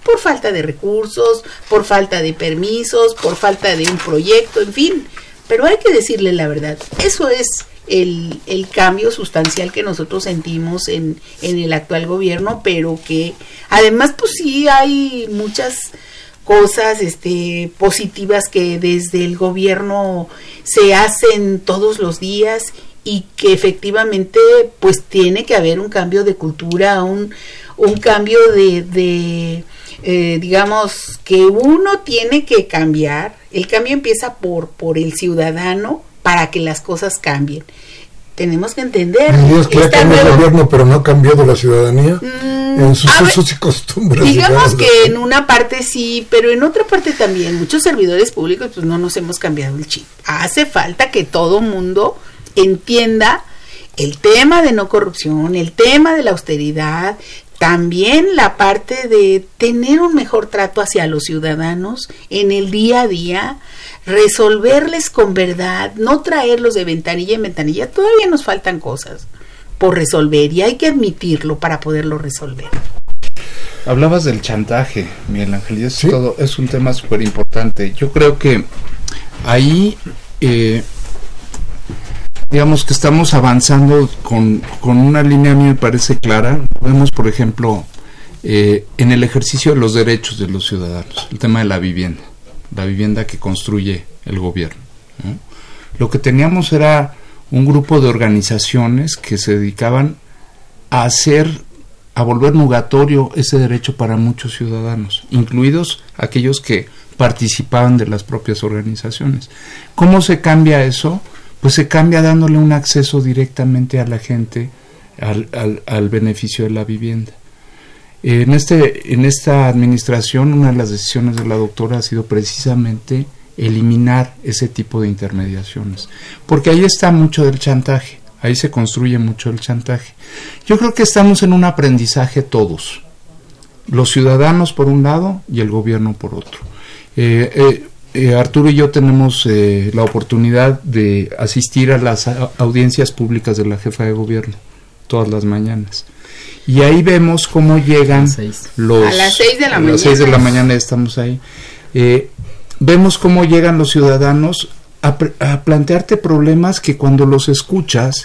por falta de recursos, por falta de permisos, por falta de un proyecto, en fin. Pero hay que decirle la verdad, eso es el cambio sustancial que nosotros sentimos en el actual gobierno, pero que además pues sí hay muchas cosas positivas que desde el gobierno se hacen todos los días y que efectivamente pues tiene que haber un cambio de cultura, un cambio de digamos que uno tiene que cambiar. El cambio empieza por el ciudadano para que las cosas cambien. Tenemos que entender. Dios, que ha cambiado el gobierno, pero no ha cambiado la ciudadanía en sus usos y costumbres. Digamos que en una parte sí, pero en otra parte también. Muchos servidores públicos pues no nos hemos cambiado el chip. Hace falta que todo mundo entienda el tema de no corrupción, el tema de la austeridad, también la parte de tener un mejor trato hacia los ciudadanos en el día a día, resolverles con verdad, no traerlos de ventanilla en ventanilla. Todavía nos faltan cosas por resolver y hay que admitirlo para poderlo resolver. Hablabas del chantaje, Miguel Ángel, y ¿sí? Todo es un tema súper importante. Yo creo que ahí digamos que estamos avanzando con una línea, a mí me parece clara. Vemos, por ejemplo, en el ejercicio de los derechos de los ciudadanos, el tema de la vivienda que construye el gobierno, ¿no? Lo que teníamos era un grupo de organizaciones que se dedicaban a volver nugatorio ese derecho para muchos ciudadanos, incluidos aquellos que participaban de las propias organizaciones. ¿Cómo se cambia eso? Pues se cambia dándole un acceso directamente a la gente al beneficio de la vivienda. En esta administración, una de las decisiones de la doctora ha sido precisamente eliminar ese tipo de intermediaciones, porque ahí está mucho del chantaje, ahí se construye mucho el chantaje. Yo creo que estamos en un aprendizaje todos, los ciudadanos por un lado y el gobierno por otro. Arturo y yo tenemos la oportunidad de asistir a las audiencias públicas de la jefa de gobierno todas las mañanas. Y ahí vemos cómo llegan a las 6 de la mañana. A las 6 de la mañana estamos ahí. Vemos cómo llegan los ciudadanos a plantearte problemas que cuando los escuchas,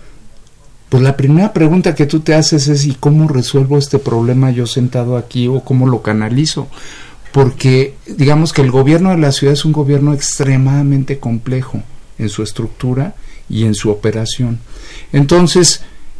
pues la primera pregunta que tú te haces es: ¿y cómo resuelvo este problema yo sentado aquí, o cómo lo canalizo? Porque digamos que el gobierno de la ciudad es un gobierno extremadamente complejo en su estructura y en su operación. Entonces,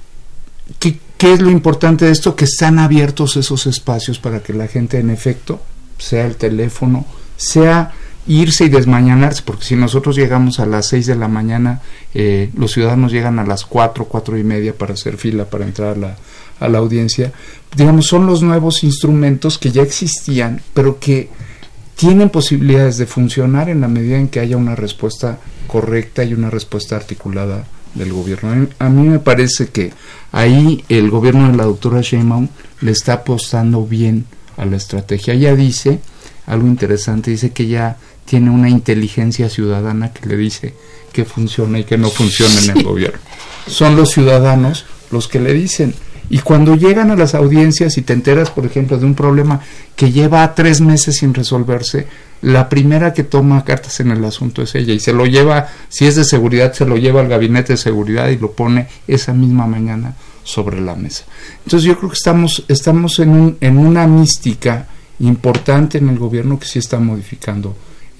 ¿qué es lo importante de esto? Que están abiertos esos espacios para que la gente, en efecto, sea el teléfono, sea irse y desmañanarse, porque si nosotros llegamos a las 6 de la mañana, los ciudadanos llegan a las 4:30 para hacer fila para entrar a la audiencia. Digamos, son los nuevos instrumentos que ya existían, pero que tienen posibilidades de funcionar en la medida en que haya una respuesta correcta y una respuesta articulada del gobierno. A mí me parece que ahí el gobierno de la doctora Sheinbaum le está apostando bien a la estrategia. Ella dice algo interesante, dice que ya tiene una inteligencia ciudadana que le dice que funciona y que no funciona en el gobierno. Son los ciudadanos los que le dicen. Y cuando llegan a las audiencias y te enteras, por ejemplo, de un problema que lleva 3 meses sin resolverse, la primera que toma cartas en el asunto es ella, y se lo lleva, si es de seguridad, se lo lleva al gabinete de seguridad y lo pone esa misma mañana sobre la mesa. Entonces yo creo que estamos en una mística importante en el gobierno que sí está modificando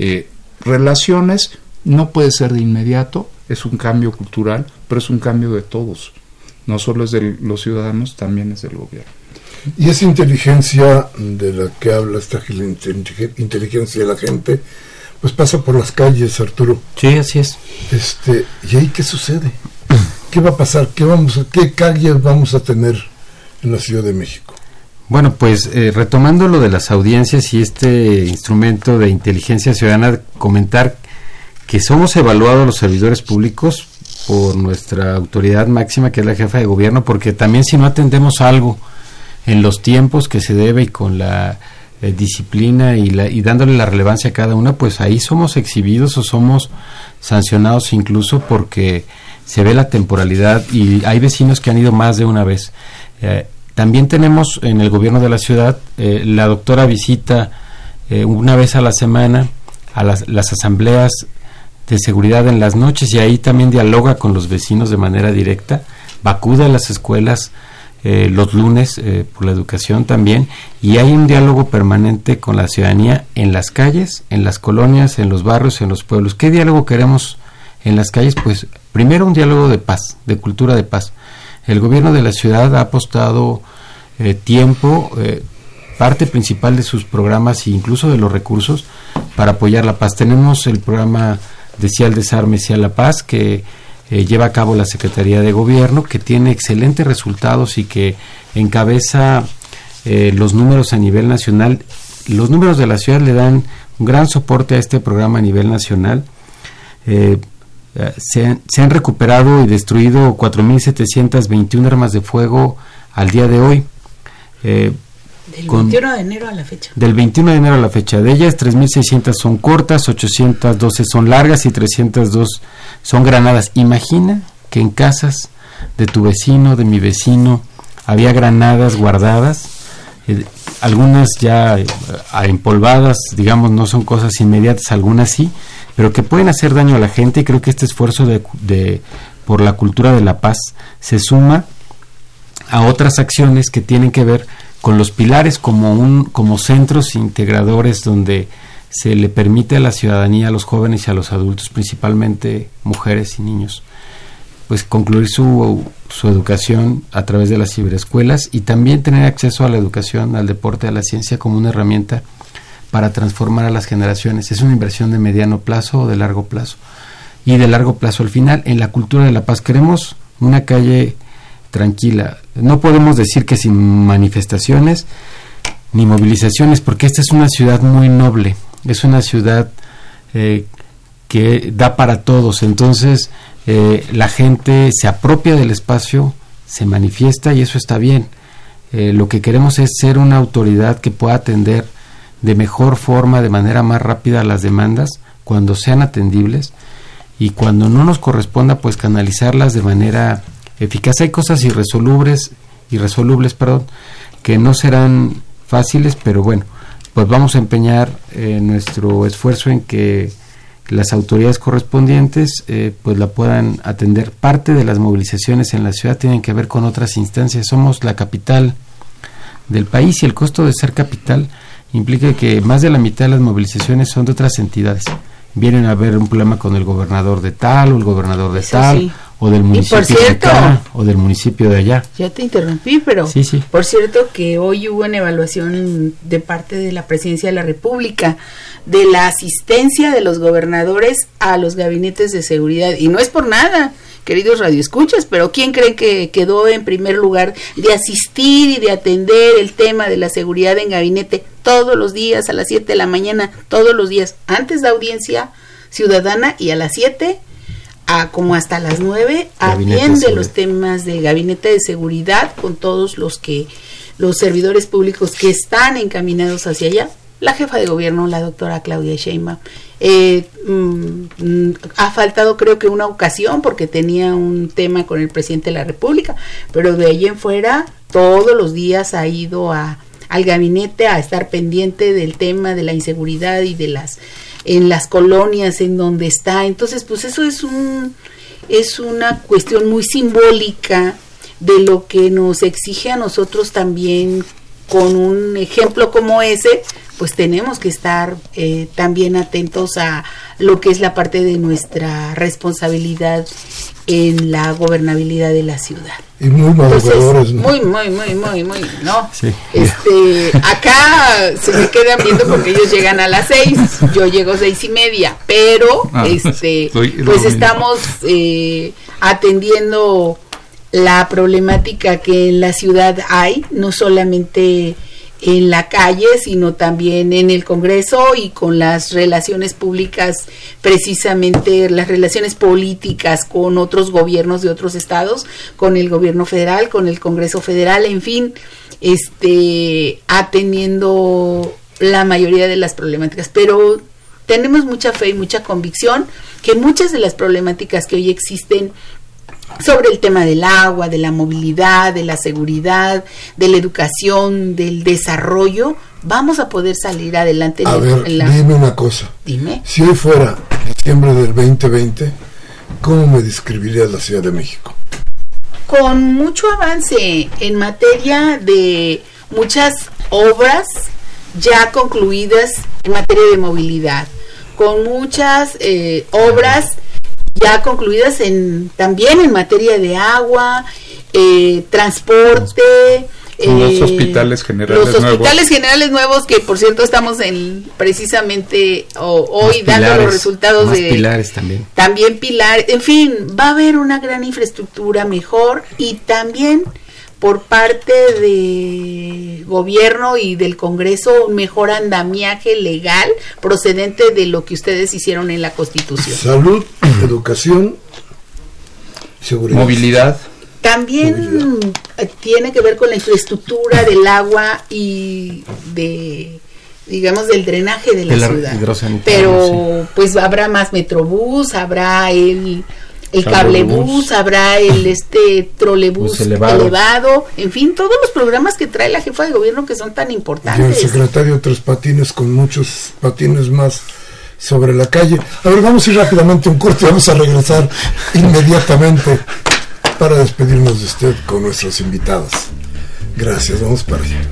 relaciones. No puede ser de inmediato, es un cambio cultural, pero es un cambio de todos. No solo es de los ciudadanos, también es del gobierno. Y esa inteligencia de la que habla, esta inteligencia de la gente, pues pasa por las calles, Arturo. Sí, así es. ¿Y ahí qué sucede? ¿Qué va a pasar? ¿Qué calles vamos a tener en la Ciudad de México? Bueno, pues retomando lo de las audiencias y este instrumento de inteligencia ciudadana, comentar que somos evaluados los servidores públicos por nuestra autoridad máxima, que es la jefa de gobierno, porque también si no atendemos algo en los tiempos que se debe y con la disciplina y dándole la relevancia a cada una, pues ahí somos exhibidos o somos sancionados incluso porque se ve la temporalidad, y hay vecinos que han ido más de una vez. También tenemos en el gobierno de la ciudad, la doctora visita una vez a la semana a las asambleas de seguridad en las noches, y ahí también dialoga con los vecinos de manera directa, acude a las escuelas los lunes por la educación también, y hay un diálogo permanente con la ciudadanía en las calles, en las colonias, en los barrios, en los pueblos. ¿Qué diálogo queremos en las calles? Pues primero un diálogo de paz, de cultura de paz. El gobierno de la ciudad ha apostado tiempo, parte principal de sus programas e incluso de los recursos para apoyar la paz. Tenemos el programa de Sí al Desarme, Sí a la Paz, que lleva a cabo la Secretaría de Gobierno, que tiene excelentes resultados y que encabeza los números a nivel nacional. Los números de la ciudad le dan un gran soporte a este programa a nivel nacional. Se han recuperado y destruido 4.721 armas de fuego al día de hoy. Del 21 de enero a la fecha. Del 21 de enero a la fecha. De ellas, 3.600 son cortas, 812 son largas y 302 son granadas. Imagina que en casas de tu vecino, de mi vecino, había granadas guardadas, algunas ya empolvadas, digamos, no son cosas inmediatas, algunas sí, pero que pueden hacer daño a la gente. Y creo que este esfuerzo por la cultura de la paz se suma a otras acciones que tienen que ver con los pilares como centros integradores donde se le permite a la ciudadanía, a los jóvenes y a los adultos, principalmente mujeres y niños, pues concluir su educación a través de las ciberescuelas, y también tener acceso a la educación, al deporte, a la ciencia como una herramienta para transformar a las generaciones. Es una inversión de mediano plazo o de largo plazo, y de largo plazo al final. En la cultura de la paz queremos una calle tranquila. No podemos decir que sin manifestaciones ni movilizaciones, porque esta es una ciudad muy noble, es una ciudad que da para todos. Entonces la gente se apropia del espacio, se manifiesta, y eso está bien. Lo que queremos es ser una autoridad que pueda atender de mejor forma, de manera más rápida, las demandas cuando sean atendibles, y cuando no nos corresponda, pues canalizarlas de manera eficaz. Hay cosas irresolubles, que no serán fáciles, pero bueno, pues vamos a empeñar nuestro esfuerzo en que las autoridades correspondientes pues la puedan atender. Parte de las movilizaciones en la ciudad tienen que ver con otras instancias. Somos la capital del país, y el costo de ser capital implica que más de la mitad de las movilizaciones son de otras entidades. Vienen a ver un problema con el gobernador de tal o el gobernador de Eso tal, sí. O del municipio de acá, o del municipio de allá. Ya te interrumpí, pero sí. Por cierto que hoy hubo una evaluación de parte de la Presidencia de la República de la asistencia de los gobernadores a los gabinetes de seguridad, y no es por nada, queridos radioescuchas, pero ¿quién creen que quedó en primer lugar de asistir y de atender el tema de la seguridad en gabinete todos los días a las 7 de la mañana, todos los días, antes de audiencia ciudadana, y a las 7 como hasta las 9 atiende los temas del gabinete de seguridad con todos los servidores públicos que están encaminados hacia allá? La jefa de gobierno, la doctora Claudia Sheinbaum. Ha faltado creo que una ocasión porque tenía un tema con el presidente de la República, pero de ahí en fuera todos los días ha ido al gabinete a estar pendiente del tema de la inseguridad y en las colonias en donde está. Entonces, pues eso es una cuestión muy simbólica de lo que nos exige a nosotros también. Con un ejemplo como ese, pues tenemos que estar también atentos a lo que es la parte de nuestra responsabilidad en la gobernabilidad de la ciudad. Y muy madrugadores, ¿no? Muy, ¿no? Sí. Acá se me quedan viendo porque ellos llegan a las 6, yo llego 6:30, pero pues estamos atendiendo la problemática que en la ciudad hay, no solamente en la calle, sino también en el Congreso, y con las relaciones públicas, precisamente las relaciones políticas con otros gobiernos de otros estados, con el gobierno federal, con el Congreso federal, en fin, atendiendo la mayoría de las problemáticas. Pero tenemos mucha fe y mucha convicción que muchas de las problemáticas que hoy existen sobre el tema del agua, de la movilidad, de la seguridad, de la educación, del desarrollo, vamos a poder salir adelante. Dime una cosa. Dime. Si hoy fuera diciembre del 2020, ¿cómo me describirías la Ciudad de México? Con mucho avance en materia de muchas obras ya concluidas en materia de movilidad, con muchas obras ya concluidas también en materia de agua, transporte, los hospitales generales nuevos que por cierto estamos precisamente hoy dando los resultados de pilares también pilar, en fin, va a haber una gran infraestructura mejor, y también por parte de gobierno y del Congreso un mejor andamiaje legal procedente de lo que ustedes hicieron en la Constitución. Salud, educación, seguridad, movilidad. También tiene que ver con la infraestructura del agua y del drenaje de la ciudad. Pero pues habrá más Metrobús, habrá el cablebús, habrá el trolebús elevado, en fin, todos los programas que trae la jefa de gobierno que son tan importantes. Y el secretario Tres Patines con muchos patines más sobre la calle. A ver, vamos a ir rápidamente a un corte y vamos a regresar inmediatamente para despedirnos de usted con nuestros invitados. Gracias, vamos para allá.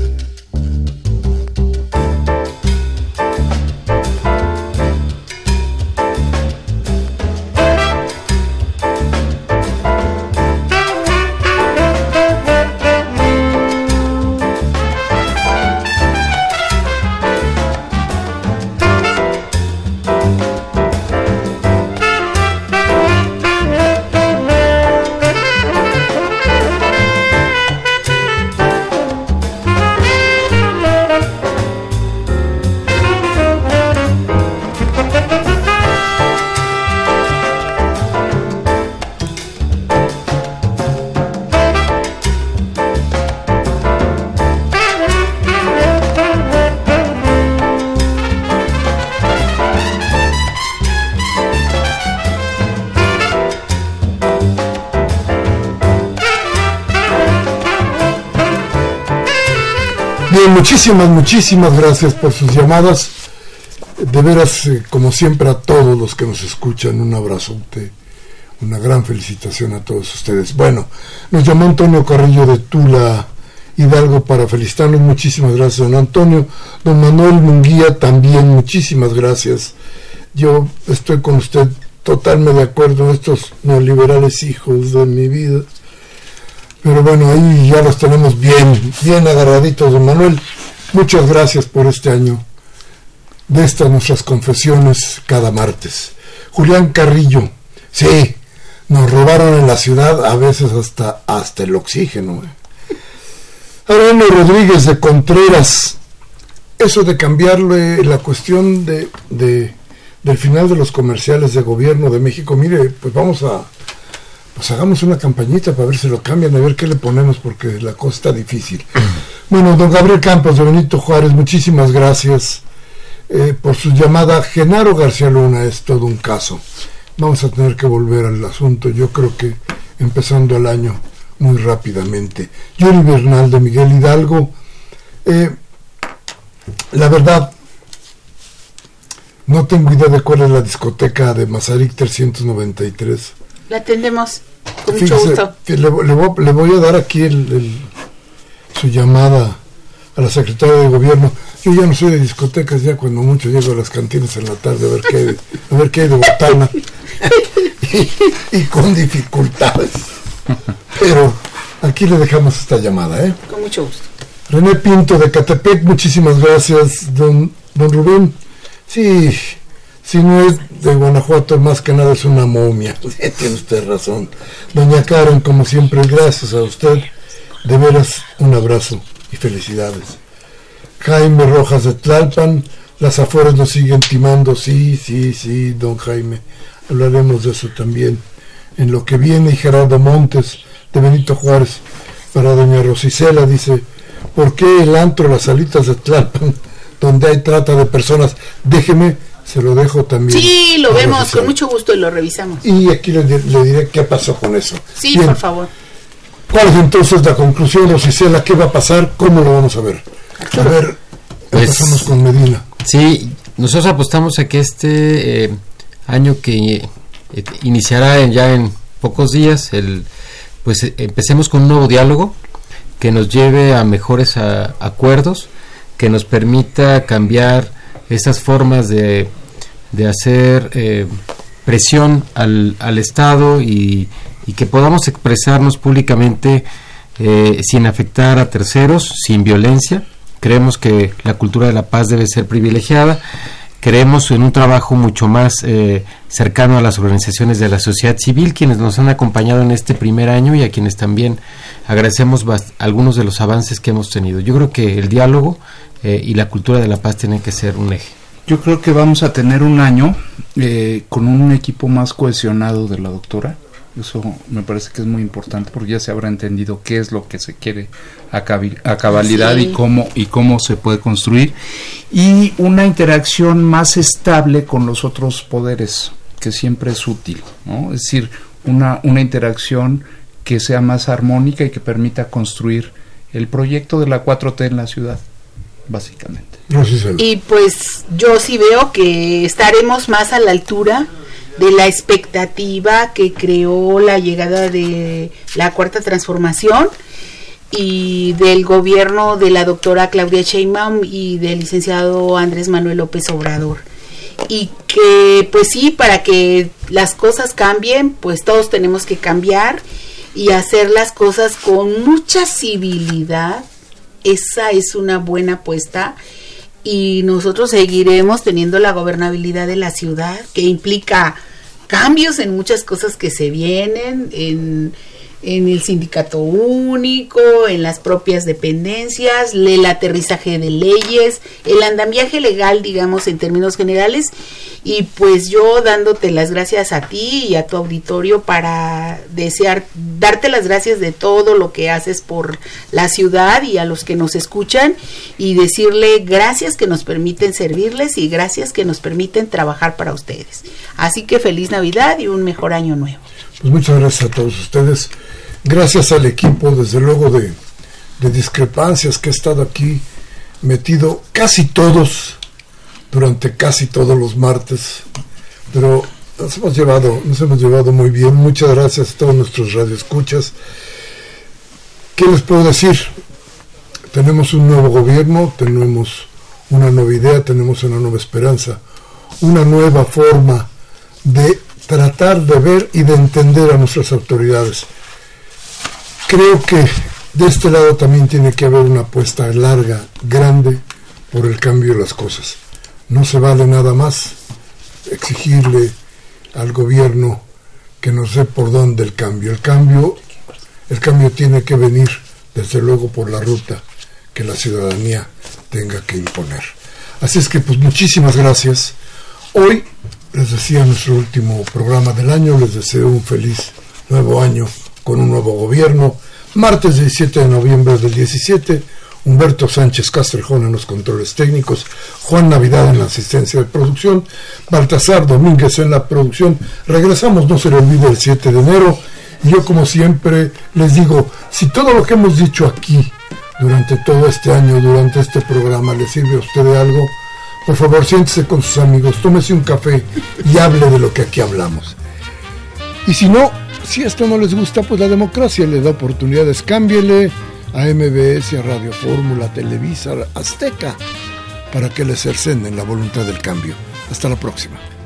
Bien, muchísimas gracias por sus llamadas. De veras, como siempre, a todos los que nos escuchan, un abrazote, una gran felicitación a todos ustedes. Bueno, nos llamó Antonio Carrillo de Tula, Hidalgo, para felicitarnos. Muchísimas gracias, don Antonio. Don Manuel Munguía también, muchísimas gracias. Yo estoy con usted totalmente de acuerdo en estos neoliberales hijos de mi vida. Pero bueno, ahí ya los tenemos bien agarraditos, don Manuel. Muchas gracias por este año de estas nuestras confesiones cada martes. Julián Carrillo, sí, nos robaron en la ciudad a veces hasta el oxígeno. Arano Rodríguez de Contreras, eso de cambiarle la cuestión del final de los comerciales de gobierno de México, mire, pues hagamos una campañita para ver si lo cambian, a ver qué le ponemos, porque la cosa está difícil. Bueno, don Gabriel Campos de Benito Juárez, muchísimas gracias por su llamada. Genaro García Luna, es todo un caso. Vamos a tener que volver al asunto, yo creo que empezando el año muy rápidamente. Yuri Bernal de Miguel Hidalgo, la verdad, no tengo idea de cuál es la discoteca de Mazarik 393. La atendemos con mucho gusto. Le voy a dar aquí su llamada a la secretaria de gobierno. Yo ya no soy de discotecas, ya cuando mucho llego a las cantinas en la tarde a ver qué hay de botana y con dificultades. Pero aquí le dejamos esta llamada, Con mucho gusto. René Pinto de Catepec, muchísimas gracias, don Rubén. Sí, si no es de Guanajuato, más que nada es una momia. Tiene usted razón. Doña Karen, como siempre, gracias a usted. De veras, un abrazo y felicidades. Jaime Rojas de Tlalpan, las Afores nos siguen timando. Sí, don Jaime. Hablaremos de eso también en lo que viene. Y Gerardo Montes de Benito Juárez, para doña Rosicela, dice: ¿por qué el antro Las Salitas de Tlalpan, donde hay trata de personas? Déjeme, Se lo dejo también. Sí, lo vemos con mucho gusto y lo revisamos. Y aquí le diré qué pasó con eso. Sí, bien, por favor. ¿Cuál es entonces la conclusión, Rosicela? ¿Qué va a pasar? ¿Cómo lo vamos a ver? A ver, empezamos con Medina. Sí, nosotros apostamos a que este año que iniciará ya en pocos días, pues empecemos con un nuevo diálogo que nos lleve a mejores acuerdos, que nos permita cambiar esas formas de hacer presión al Estado y que podamos expresarnos públicamente sin afectar a terceros, sin violencia. Creemos que la cultura de la paz debe ser privilegiada. Creemos en un trabajo mucho más cercano a las organizaciones de la sociedad civil, quienes nos han acompañado en este primer año y a quienes también agradecemos algunos de los avances que hemos tenido. Yo creo que el diálogo y la cultura de la paz tienen que ser un eje. Yo creo que vamos a tener un año con un equipo más cohesionado de la doctora. Eso me parece que es muy importante porque ya se habrá entendido qué es lo que se quiere a cabalidad, sí, y cómo se puede construir, y una interacción más estable con los otros poderes, que siempre es útil, ¿no? Es decir, una interacción que sea más armónica y que permita construir el proyecto de la 4T en la ciudad, básicamente. Y pues yo sí veo que estaremos más a la altura de la expectativa que creó la llegada de la Cuarta Transformación y del gobierno de la doctora Claudia Sheinbaum y del licenciado Andrés Manuel López Obrador. Y que pues sí, para que las cosas cambien, pues todos tenemos que cambiar y hacer las cosas con mucha civilidad. Esa es una buena apuesta. Y nosotros seguiremos teniendo la gobernabilidad de la ciudad, que implica cambios en muchas cosas que se vienen, en el sindicato único, en las propias dependencias, el aterrizaje de leyes, el andamiaje legal, digamos, en términos generales. Y pues yo dándote las gracias a ti y a tu auditorio para darte las gracias de todo lo que haces por la ciudad y a los que nos escuchan, y decirle gracias que nos permiten servirles y gracias que nos permiten trabajar para ustedes. Así que feliz Navidad y un mejor año nuevo. Pues muchas gracias a todos ustedes. Gracias al equipo, desde luego, de discrepancias que ha estado aquí metido casi todos durante casi todos los martes, pero nos hemos llevado muy bien. Muchas gracias a todos nuestros radioescuchas. ¿Qué les puedo decir? Tenemos un nuevo gobierno, tenemos una nueva idea, tenemos una nueva esperanza, una nueva forma de tratar de ver y de entender a nuestras autoridades. Creo que de este lado también tiene que haber una apuesta larga, grande, por el cambio de las cosas. No se vale nada más exigirle al gobierno que nos dé por dónde el cambio. El cambio tiene que venir, desde luego, por la ruta que la ciudadanía tenga que imponer. Así es que, pues, muchísimas gracias. Hoy, les decía, nuestro último programa del año. Les deseo un feliz nuevo año con un nuevo gobierno. Martes 17 de noviembre del 17, Humberto Sánchez Castrejón en los controles técnicos, Juan Navidad en la asistencia de producción, Baltasar Domínguez en la producción. Regresamos, no se le olvide, el 7 de enero. Y yo, como siempre, les digo, si todo lo que hemos dicho aquí durante todo este año, durante este programa, le sirve a usted de algo, por favor, siéntese con sus amigos, tómese un café y hable de lo que aquí hablamos. Y si no, si esto no les gusta, pues la democracia le da oportunidades. Cámbiele a MBS, a Radio Fórmula, a Televisa, a Azteca, para que le cercenen la voluntad del cambio. Hasta la próxima.